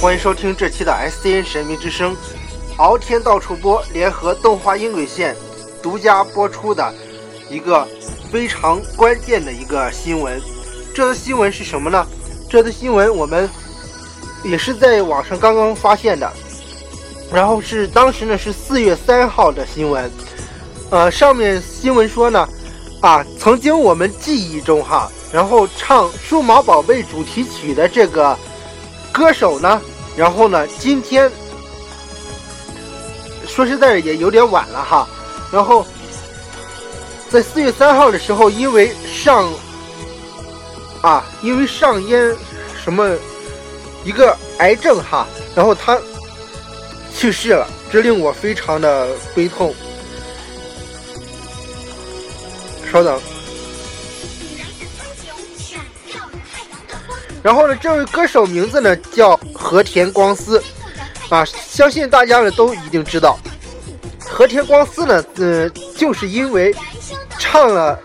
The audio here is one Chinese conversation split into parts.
欢迎收听这期的 SCN 神秘之声，敖天到处播联合动画音轨线独家播出的一个非常关键的一个新闻。这则新闻是什么呢？这则新闻我们也是在网上刚刚发现的，然后是当时呢是4月3号的新闻。上面新闻说呢，曾经我们记忆中然后唱数码宝贝主题曲的这个歌手呢，然后呢今天说实在也有点晚了然后在4月3号的时候因为上咽什么一个癌症然后他去世了，这令我非常的悲痛。稍等。然后呢，这位歌手名字呢叫和田光司相信大家呢都一定知道。和田光司呢就是因为唱了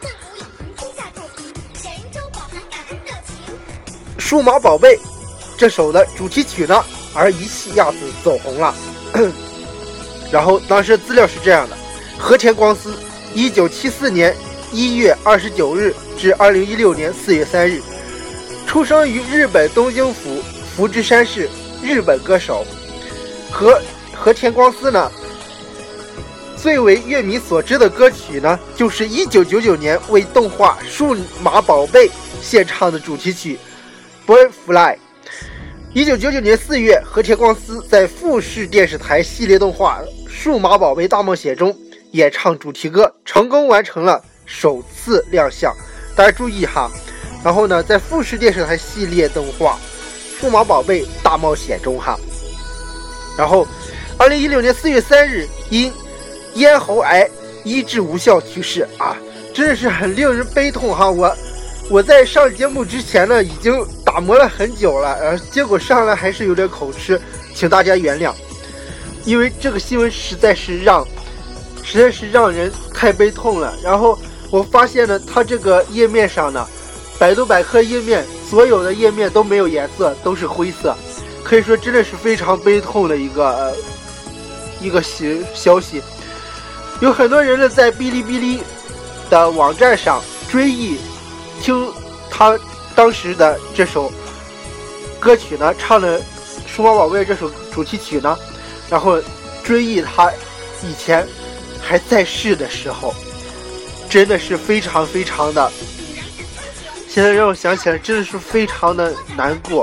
数码宝贝这首的主题曲呢而一下子走红了。然后当时资料是这样的：和田光司1974年1月29日至2016年4月3日出生于日本东京府福知山市，日本歌手。和田光司呢最为乐迷所知的歌曲呢就是1999年为动画数码宝贝献唱的主题曲 Boy Fly。 1999年4月，和田光司在富士电视台系列动画数码宝贝大冒险中演唱主题歌，成功完成了首次亮相。大家注意然后呢在富士电视台系列动画数码宝贝大冒险中然后2016年4月3日因咽喉癌医治无效去世真的是很令人悲痛我在上节目之前呢已经打磨了很久了，结果上来还是有点口吃，请大家原谅。因为这个新闻实在是让人太悲痛了。然后我发现呢它这个页面上呢，百度百科页面所有的页面都没有颜色，都是灰色，可以说真的是非常悲痛的一个消息。有很多人呢在哔哩哔哩的网站上追忆听他当时的这首歌曲呢，唱了数码宝贝这首主题曲呢，然后追忆他以前还在世的时候，真的是非常非常的，现在让我想起来真的是非常的难过。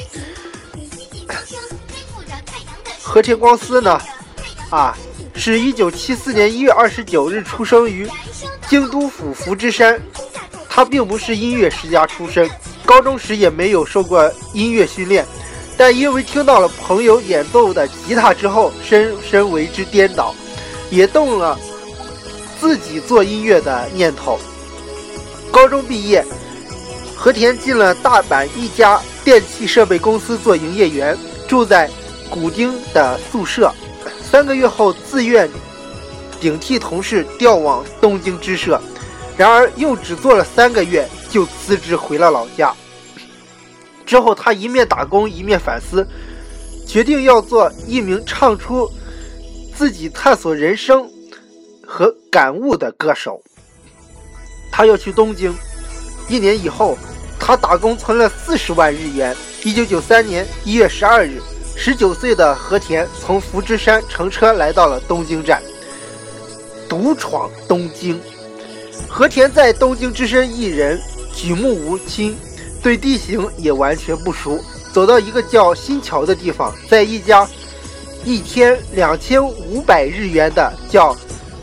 和田光司呢是1974年1月29日出生于京都府福知山。他并不是音乐世家出身，高中时也没有受过音乐训练，但因为听到了朋友演奏的吉他之后，深深为之颠倒，也动了自己做音乐的念头。高中毕业，和田进了大阪一家电器设备公司做营业员，住在古町的宿舍。3个月后，自愿顶替同事调往东京支社。然而又只做了3个月就辞职回了老家。之后他一面打工一面反思，决定要做一名唱出自己探索人生和感悟的歌手。他要去东京。1年以后，他打工存了40万日元。1993年1月12日，19岁的和田从福知山乘车来到了东京站，独闯东京。和田在东京只身一人，举目无亲，对地形也完全不熟。走到一个叫新桥的地方，在一家1天2500日元的叫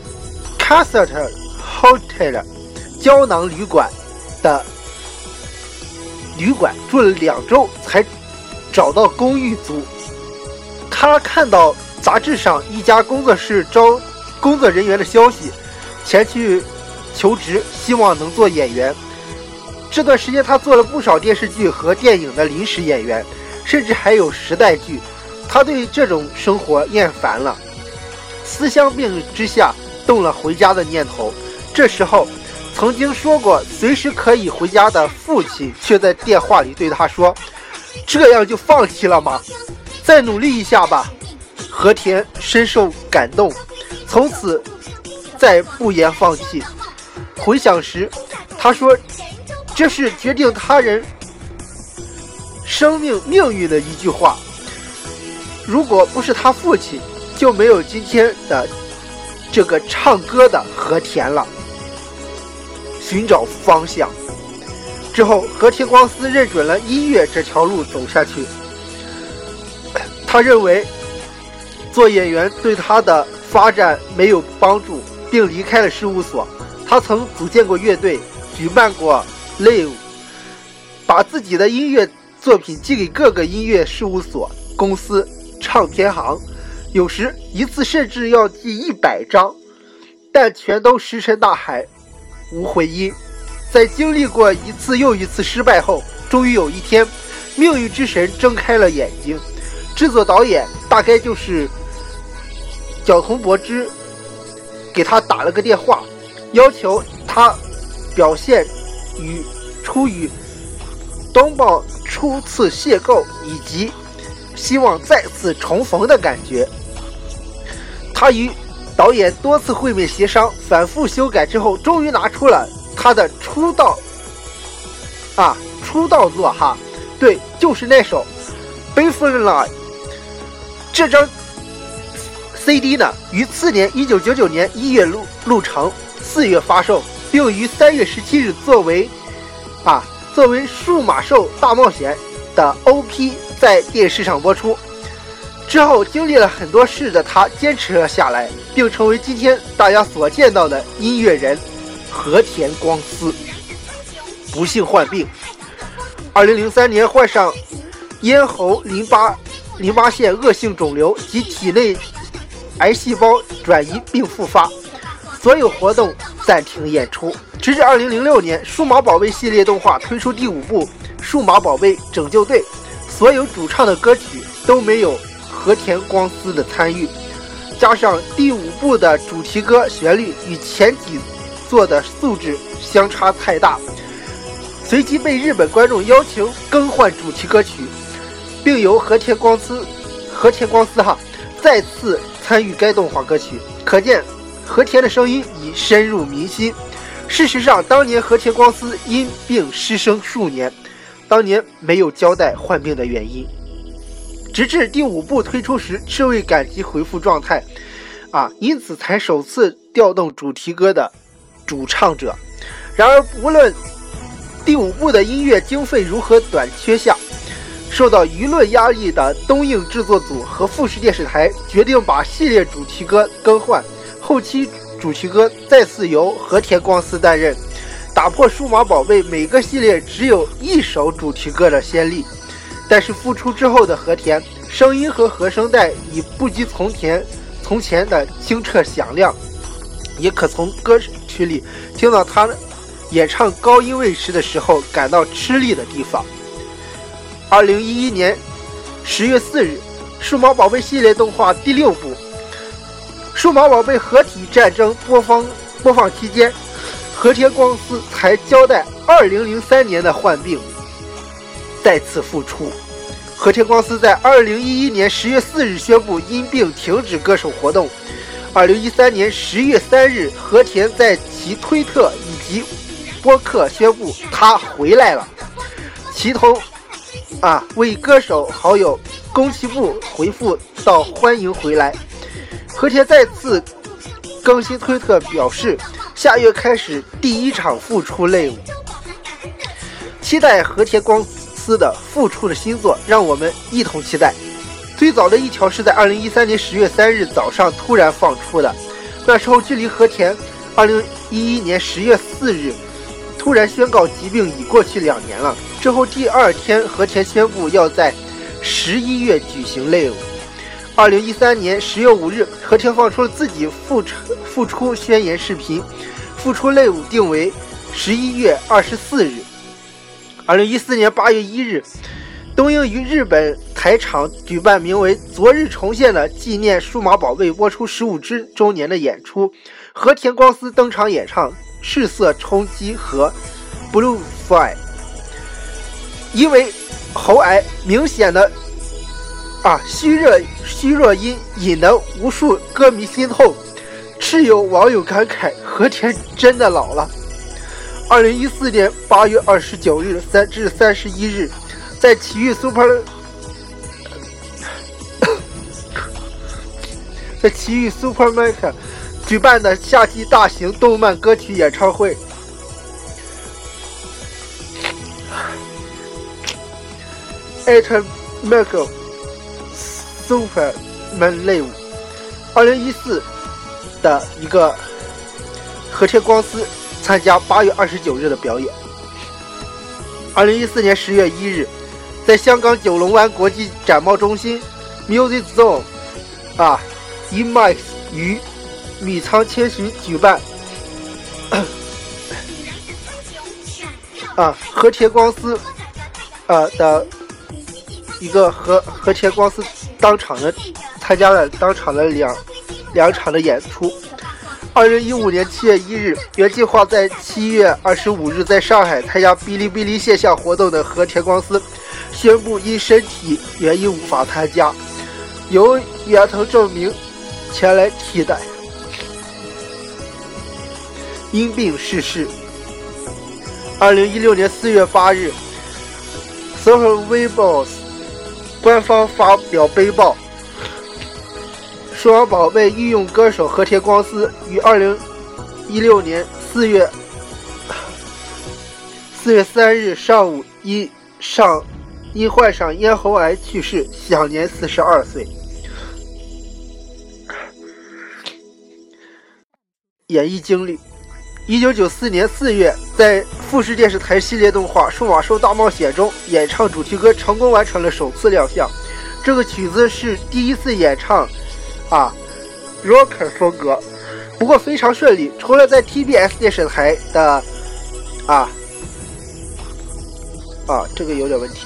Cassette Hotel 胶囊旅馆的旅馆住了2周才找到公寓租。他看到杂志上一家工作室招工作人员的消息，前去求职，希望能做演员。这段时间他做了不少电视剧和电影的临时演员，甚至还有时代剧。他对这种生活厌烦了，思乡病之下动了回家的念头。这时候曾经说过随时可以回家的父亲却在电话里对他说：这样就放弃了吗？ 再努力一下吧。和田深受感动，从此再不言放弃。回想时，他说这是决定他人生命命运的一句话，如果不是他父亲，就没有今天的这个唱歌的和田了。寻找方向之后，和田光司认准了音乐这条路走下去。他认为做演员对他的发展没有帮助，并离开了事务所。他曾组建过乐队，举办过 live， 把自己的音乐作品寄给各个音乐事务所、公司、唱片行，有时一次甚至要寄100张，但全都石沉大海，无回音。在经历过一次又一次失败后，终于有一天，命运之神睁开了眼睛。制作导演大概就是角童博之，给他打了个电话，要求他表现出与东宝初次邂逅以及希望再次重逢的感觉。他与导演多次会面协商，反复修改之后，终于拿出了他的出道作对，就是那首 Before。 这张 CD 呢，于次年1999年1月录成，4月发售，并于3月17日作为数码兽大冒险的 OP 在电视上播出。之后经历了很多事的他坚持了下来，并成为今天大家所见到的音乐人和田光司。不幸患病，2003年患上咽喉淋巴腺恶性肿瘤及体内癌细胞转移并复发，所有活动暂停演出。直至2006年，数码宝贝系列动画推出第5部《数码宝贝拯救队》，所有主唱的歌曲都没有和田光司的参与，加上第5部的主题歌旋律与前几作的素质相差太大，随即被日本观众要求更换主题歌曲，并由和田光司再次参与该动画歌曲，可见和田的声音已深入民心。事实上，当年和田光司因病失声数年，当年没有交代患病的原因，直至第5部推出时，赤卫赶急恢复状态因此才首次调动主题歌的主唱者。然而无论第5部的音乐经费如何短缺下，受到舆论压力的东映制作组和富士电视台决定把系列主题歌更换，后期主题歌再次由和田光司担任，打破数码宝贝每个系列只有1首主题歌的先例。但是复出之后的和田声音和和声带已不及从前的清澈响亮，也可从歌曲里听到他演唱高音位时的时候感到吃力的地方。2011年10月4日，数码宝贝系列动画第6部《数码宝贝合体战争》播放期间，和田光司才交代2003年的患病再次复出。和田光司在2011年10月4日宣布因病停止歌手活动。2013年10月3日，和田在其推特以及播客宣布他回来了，其同为歌手好友宫崎步回复到欢迎回来。和田再次更新推特表示，下月开始第1场复出类舞，期待和田光司的复出的新作，让我们一同期待。最早的一条是在2013年10月3日早上突然放出的，那时候距离和田2011年10月4日突然宣告疾病已过去2年了。之后第2天，和田宣布要在11月举行类舞。2013年10月5日，和田放出了自己复出宣言视频，复出类舞定为11月24日。2014年8月1日，东映于日本台场举办名为“昨日重现”的纪念数码宝贝播出15周年的演出，和田光司登场演唱《赤色冲击》和《Blue Fly》。因为喉癌明显的虚弱音引得无数歌迷心痛，斥有网友感慨和田真的老了。2014年8月29日至31日，在奇遇 Supermarket 举办的夏季大型动漫歌曲演唱会，At Merkel Superman Live 2014的一个和田光司参加8月29日的表演。2014年10月1日，在香港九龙湾国际展贸中心 Music Zone IMAX 与米仓千寻举办和田光司的一个和田光司参加了当场的两场的演出。2015年7月1日，原计划在7月25日在上海参加哔哩哔哩线下活动的和田光司宣布因身体原因无法参加，由远藤正明前来替代，因病逝世。2016年4月8日 ，Social Weibo 官方发表悲报，数码宝贝御用歌手和田光司于2016年4月3日上午因患上咽喉癌去世，享年42岁。演艺经历：1994年4月，在富士电视台系列动画《数码兽大冒险》中演唱主题歌，成功完成了首次亮相。这个曲子是第一次演唱rocker 风格，不过非常顺利。除了在 TBS 电视台的这个有点问题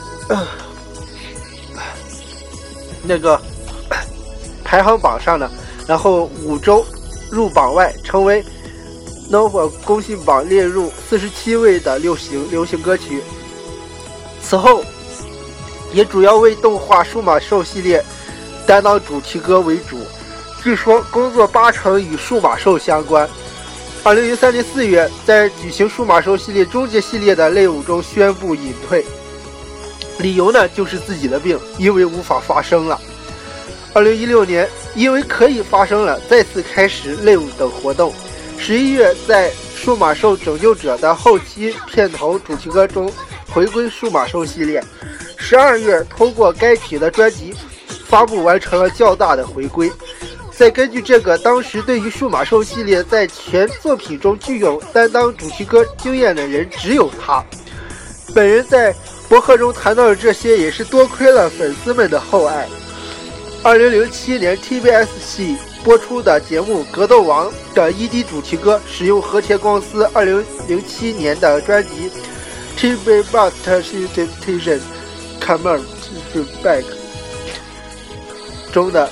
那个排行榜上呢，然后5周入榜外，成为 Nova 公信榜列入47位的流行歌曲。此后也主要为动画数码兽系列担当主题歌为主，据说工作80%与数码兽相关。2003年4月，在举行数码兽系列终结系列的类舞中宣布隐退，理由呢就是自己的病，因为无法发声了。2016年，因为可以发声了，再次开始类舞等活动。11月，在数码兽拯救者的后期片头主题歌中回归数码兽系列。12月，通过该曲的专辑发布，完成了较大的回归。再根据这个，当时对于数码兽系列在全作品中具有担当主题歌经验的人只有他。本人在博客中谈到了这些，也是多亏了粉丝们的厚爱。2007年 TBS 系播出的节目《格斗王》的ED 主题歌使用和田光司2007年的专辑 TV Master Station Come On Back 中的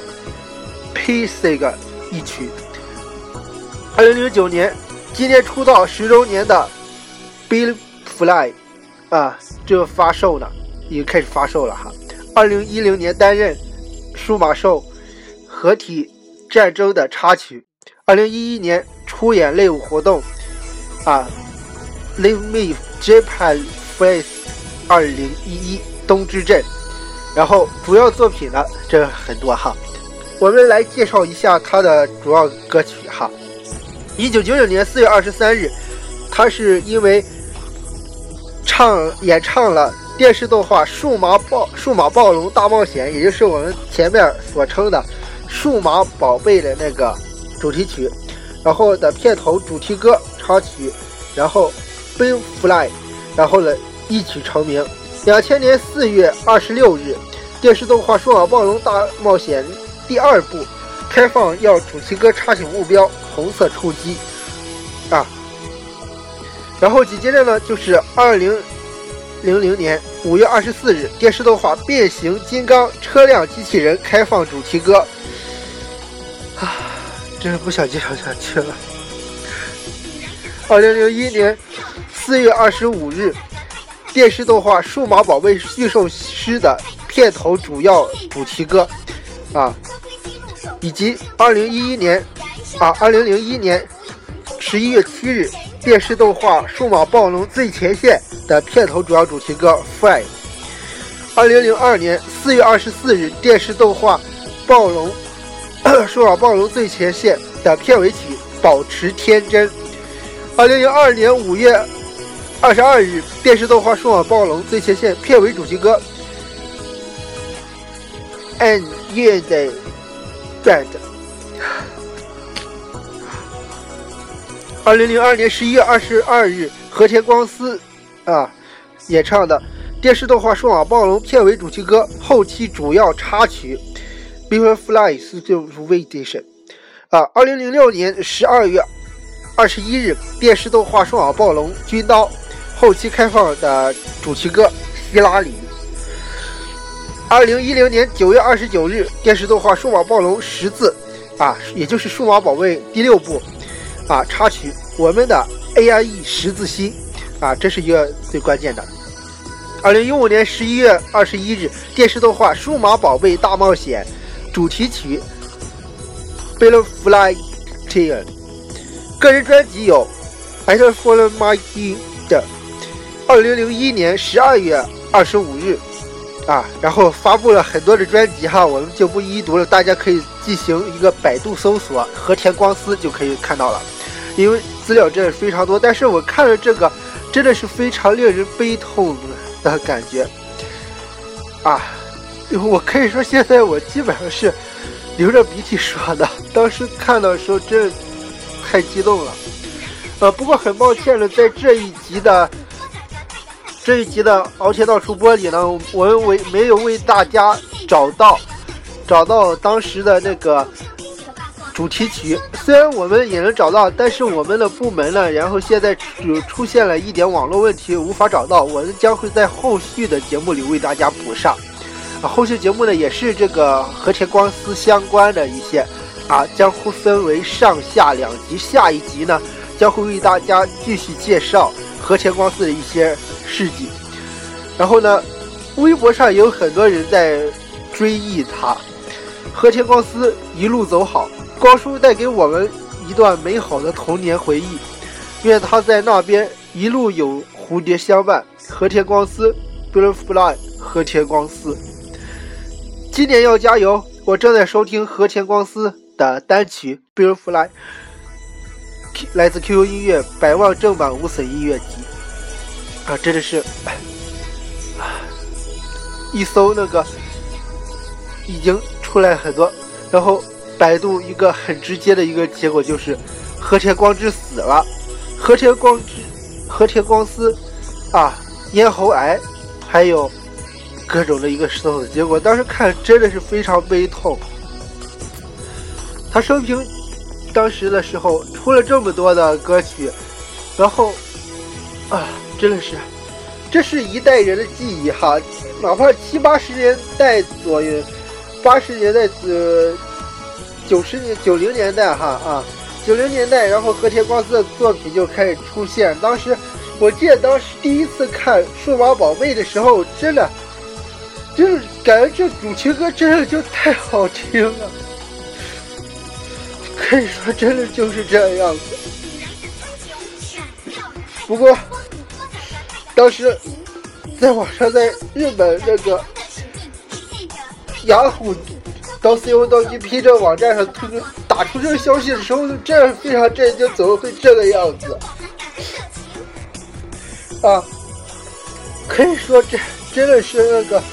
P-Sig 一曲。2009年今年出道10周年的 Bill Fly 这发售呢，已经开始发售了哈。2010年担任数码兽合体战争的插曲。2011年出演类舞活动Live Me Japan Face 2011冬之阵。然后主要作品呢，这很多哈，我们来介绍一下他的主要歌曲哈。1999年4月23日，他是因为演唱了电视动画数码暴龙大冒险，也就是我们前面所称的数码宝贝的那个主题曲，然后的片头主题歌插曲，然后 Bill Fly， 然后呢一曲成名。2000年4月26日，电视动画数码暴龙大冒险第2部开放要主题歌插曲目标红色触击然后紧接着呢就是2000年5月24日，电视动画变形金刚车辆机器人开放主题歌真是不想介绍下去了。2001年4月25日，电视动画数码宝贝驯兽师的片头主要主题歌啊，以及2001年11月7日电视动画《数码暴龙最前线》的片头主要主题歌 Fly。2002年4月24日电视动画数码暴龙最前线的片尾曲保持天真。2002年5月22日电视动画数码暴龙最前线片尾主题歌 And Yeah Day Band。 2002年11月22日和田光司演唱的电视动画数码暴龙片尾主题歌后期主要插曲 Butterfly Edition。 2006年12月21日电视动画数码暴龙军刀后期开放的主题歌希拉里。2010年9月29日电视动画数码暴龙十字也就是数码宝贝第6部插曲我们的 AIE 十字星这是一个最关键的。2015年11月21日电视动画数码宝贝大冒险主题曲 Butterfly Tail。 个人专辑有 Better for My King 的2001年12月25日然后发布了很多的专辑我们就不一一读了，大家可以进行一个百度搜索和田光司就可以看到了，因为资料真的非常多。但是我看了这个真的是非常令人悲痛的感觉我可以说现在我基本上是流着鼻涕说的，当时看到的时候真的太激动了不过很抱歉的，在这一集的敖天道出播里呢，我们没有为大家找到当时的那个主题曲，虽然我们也能找到，但是我们的部门呢，然后现在出现了一点网络问题，无法找到，我们将会在后续的节目里为大家补上后续节目呢也是这个和田光司相关的一些将会分为上下2集，下一集呢将会为大家继续介绍和田光司的一些事迹。然后呢微博上也有很多人在追忆他，和田光司一路走好，光叔带给我们一段美好的童年回忆，愿他在那边一路有蝴蝶相伴。和田光司 Butterfly 和田光司今年要加油。我正在收听和田光司的单曲 Butterfly， 来自 QQ 音乐100万正版无损音乐集真的是一搜那个已经出来很多，然后百度一个很直接的一个结果就是和田光之死了，和田光司咽喉癌，还有各种的一个石头的结果，当时看真的是非常悲痛。他生平当时的时候出了这么多的歌曲，然后真的是这是一代人的记忆哪怕70、80年代左右，80年代90年代90年代，然后和田光司的作品就开始出现。当时我记得当时第一次看数码宝贝的时候，真的就是感觉这主题歌真的就太好听了，可以说真的就是这样子。不过当时在网上，在日本那个雅虎到 co.jp 这个网站上打出这个消息的时候，真的非常震惊，怎么会这个样子可以说这真的是那个，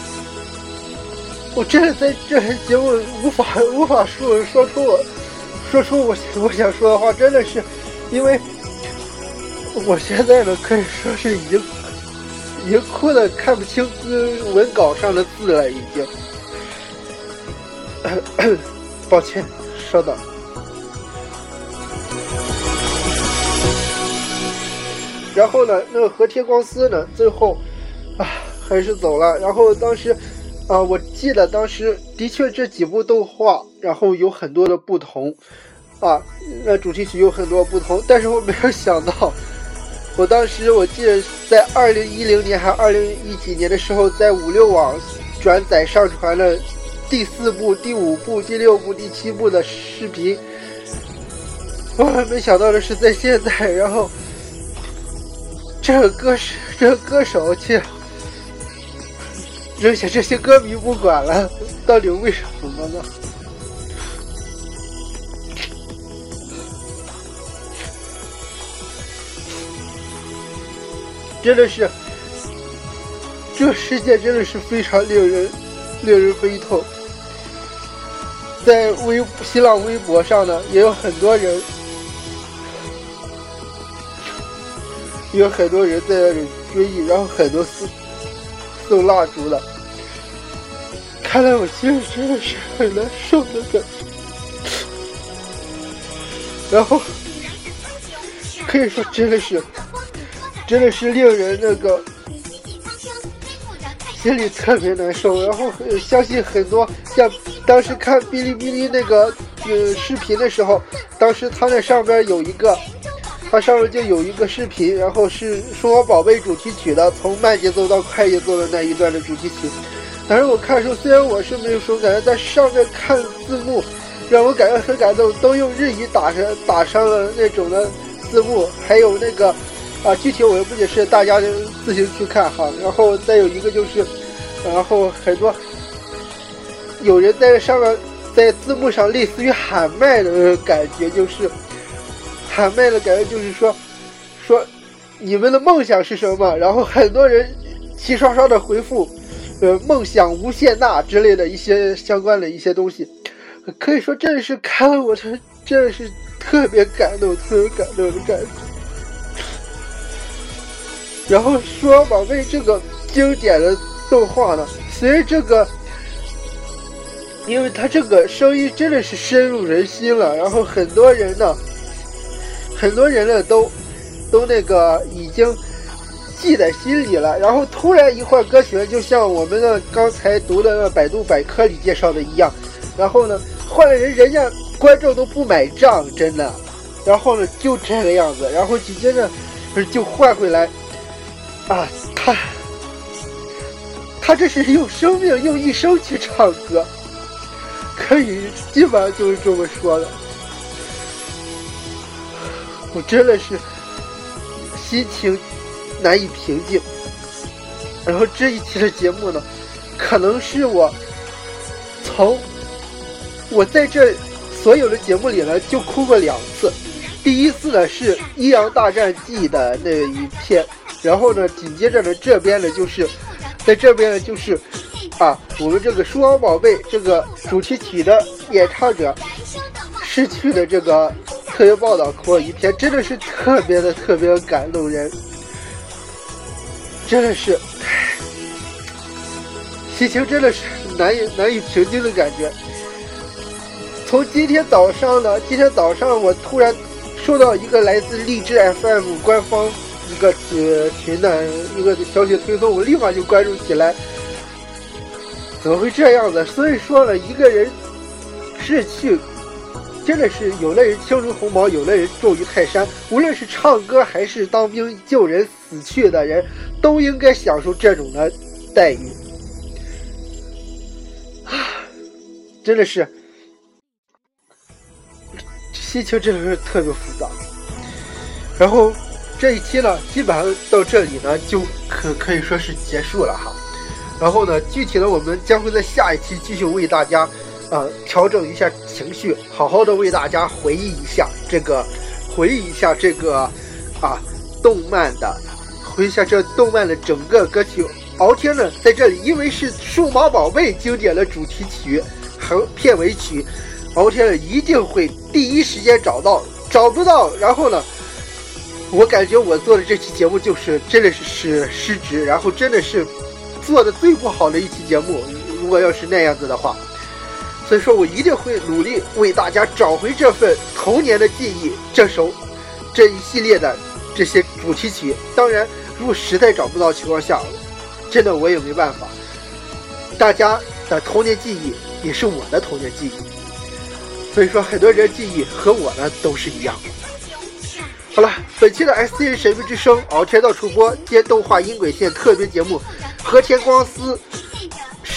我真的在这节目无法说出我想说的话，真的是因为我现在呢可以说是已经哭得看不清文稿上的字了，已经抱歉，稍等。然后呢那个和田光司呢最后还是走了。然后当时我记得当时的确这几部动画然后有很多的不同那主题曲有很多不同，但是我没有想到，我记得在2010年还2010几年的时候，在56网转载上传了第4部、第5部、第6部、第7部的视频。我没想到的是，在现在，然后这个歌手却扔下这些歌迷不管了，到底为什么呢？真的是，这个世界真的是非常令人悲痛。在新浪微博上呢，也有很多人在那里追忆，然后很多送蜡烛了。看来我心里真的是很难受的感觉。然后可以说真的是令人那个心里特别难受。然后相信很多像当时看哔哩哔哩那个视频的时候，当时他那上边有一个，它上面就有一个视频，然后是数码宝贝主题曲的，从慢节奏到快节奏的那一段的主题曲。当时我看的时候，虽然我是没有什么感觉，但上面看字幕让我感觉很感动，都用日语打上了那种的字幕，还有那个具体我也不解释，大家自行去看哈。然后再有一个就是，然后很多有人在上面在字幕上类似于喊麦的感觉，就是喊麦的感觉，就是说你们的梦想是什么？然后很多人齐刷刷的回复梦想无限大之类的一些相关的一些东西。可以说真的是看了我真的是特别感动的感觉。然后数码宝贝这个经典的动画呢，随着这个，因为它这个声音真的是深入人心了，然后很多人呢都那个已经记在心里了。然后突然一换歌曲，就像我们的刚才读的百度百科里介绍的一样，然后呢换了人家观众都不买账，真的。然后呢就这个样子，然后紧接着就换回来啊，他这是用生命用一生去唱歌，可以基本上就是这么说的。我真的是心情难以平静。然后这一期的节目呢，可能是我在这所有的节目里呢就哭过2次。第一次呢是《阴阳大战记》的那一片，然后呢紧接着呢这边呢就是我们这个数码宝贝这个主题曲的演唱者逝去的这个特别报道哭了一篇，真的是特别感动人，真的是心情真的是难以平静的感觉。从今天早上我突然收到一个来自荔枝 FM 官方一个群的一个消息推送，我立马就关注起来。怎么会这样子？所以说了，一个人逝去真的是有的人青如鸿毛，有的人重于泰山。无论是唱歌还是当兵救人死去的人，都应该享受这种的待遇。真的是心情真的是特别复杂。然后这一期呢基本上到这里呢就可以说是结束了哈。然后呢具体的我们将会在下一期继续为大家调整一下情绪，好好的为大家回忆一下这个动漫的整个歌曲。敖天呢在这里因为是数码宝贝经典的主题曲和片尾曲，敖天一定会第一时间找不到，然后呢我感觉我做的这期节目真的是失职，然后真的是做的最不好的一期节目，如果要是那样子的话。所以说我一定会努力为大家找回这份童年的记忆，这一系列的这些主题曲。当然如果实在找不到情况下，真的我也没办法，大家的童年记忆也是我的童年记忆，所以说很多人记忆和我呢都是一样的。好了，本期的 SCN 神秘之声敖天道主播兼动画音轨线特别节目和田光司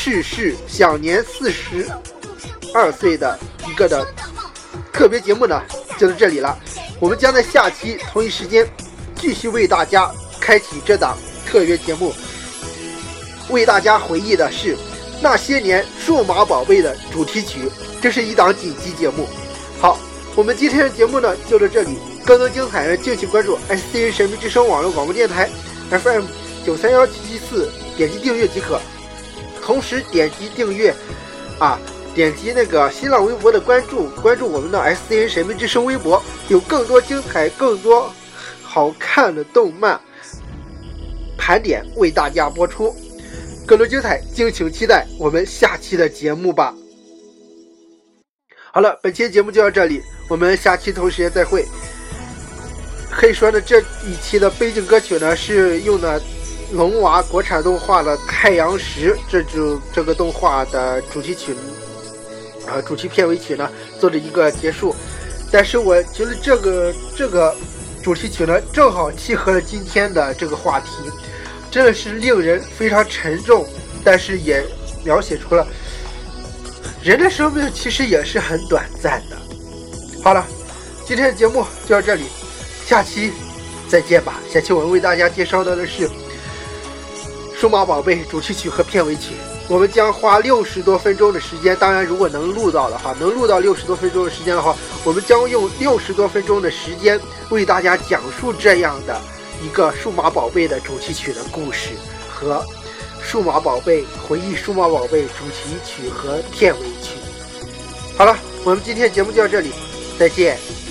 逝世，享年42岁的一个的特别节目呢，就到这里了。我们将在下期同一时间继续为大家开启这档特别节目，为大家回忆的是那些年数码宝贝的主题曲，这是一档紧急节目。好，我们今天的节目呢就到这里，更多精彩的敬请关注 SCN 神秘之声网络广播电台 FM 931774，点击订阅即可。同时点击订阅点击那个新浪微博的关注我们的 SCN 神秘之声微博，有更多精彩更多好看的动漫盘点为大家播出，更多精彩敬请期待我们下期的节目吧。好了，本期节目就到这里，我们下期同时间再会。可以说呢，这一期的背景歌曲呢是用的龙娃国产动画的太阳石这个动画的主题曲主题片尾曲呢做了一个结束，但是我觉得这个主题曲呢正好契合了今天的这个话题，真的是令人非常沉重，但是也描写出了人的生命其实也是很短暂的。好了，今天的节目就到这里，下期再见吧。下期我们为大家介绍的是数码宝贝主题曲和片尾曲，我们将花60多分钟的时间，当然如果能录到60多分钟的时间的话，我们将用60多分钟的时间为大家讲述这样的一个数码宝贝的主题曲的故事和回忆数码宝贝主题曲和片尾曲。好了，我们今天节目就到这里，再见。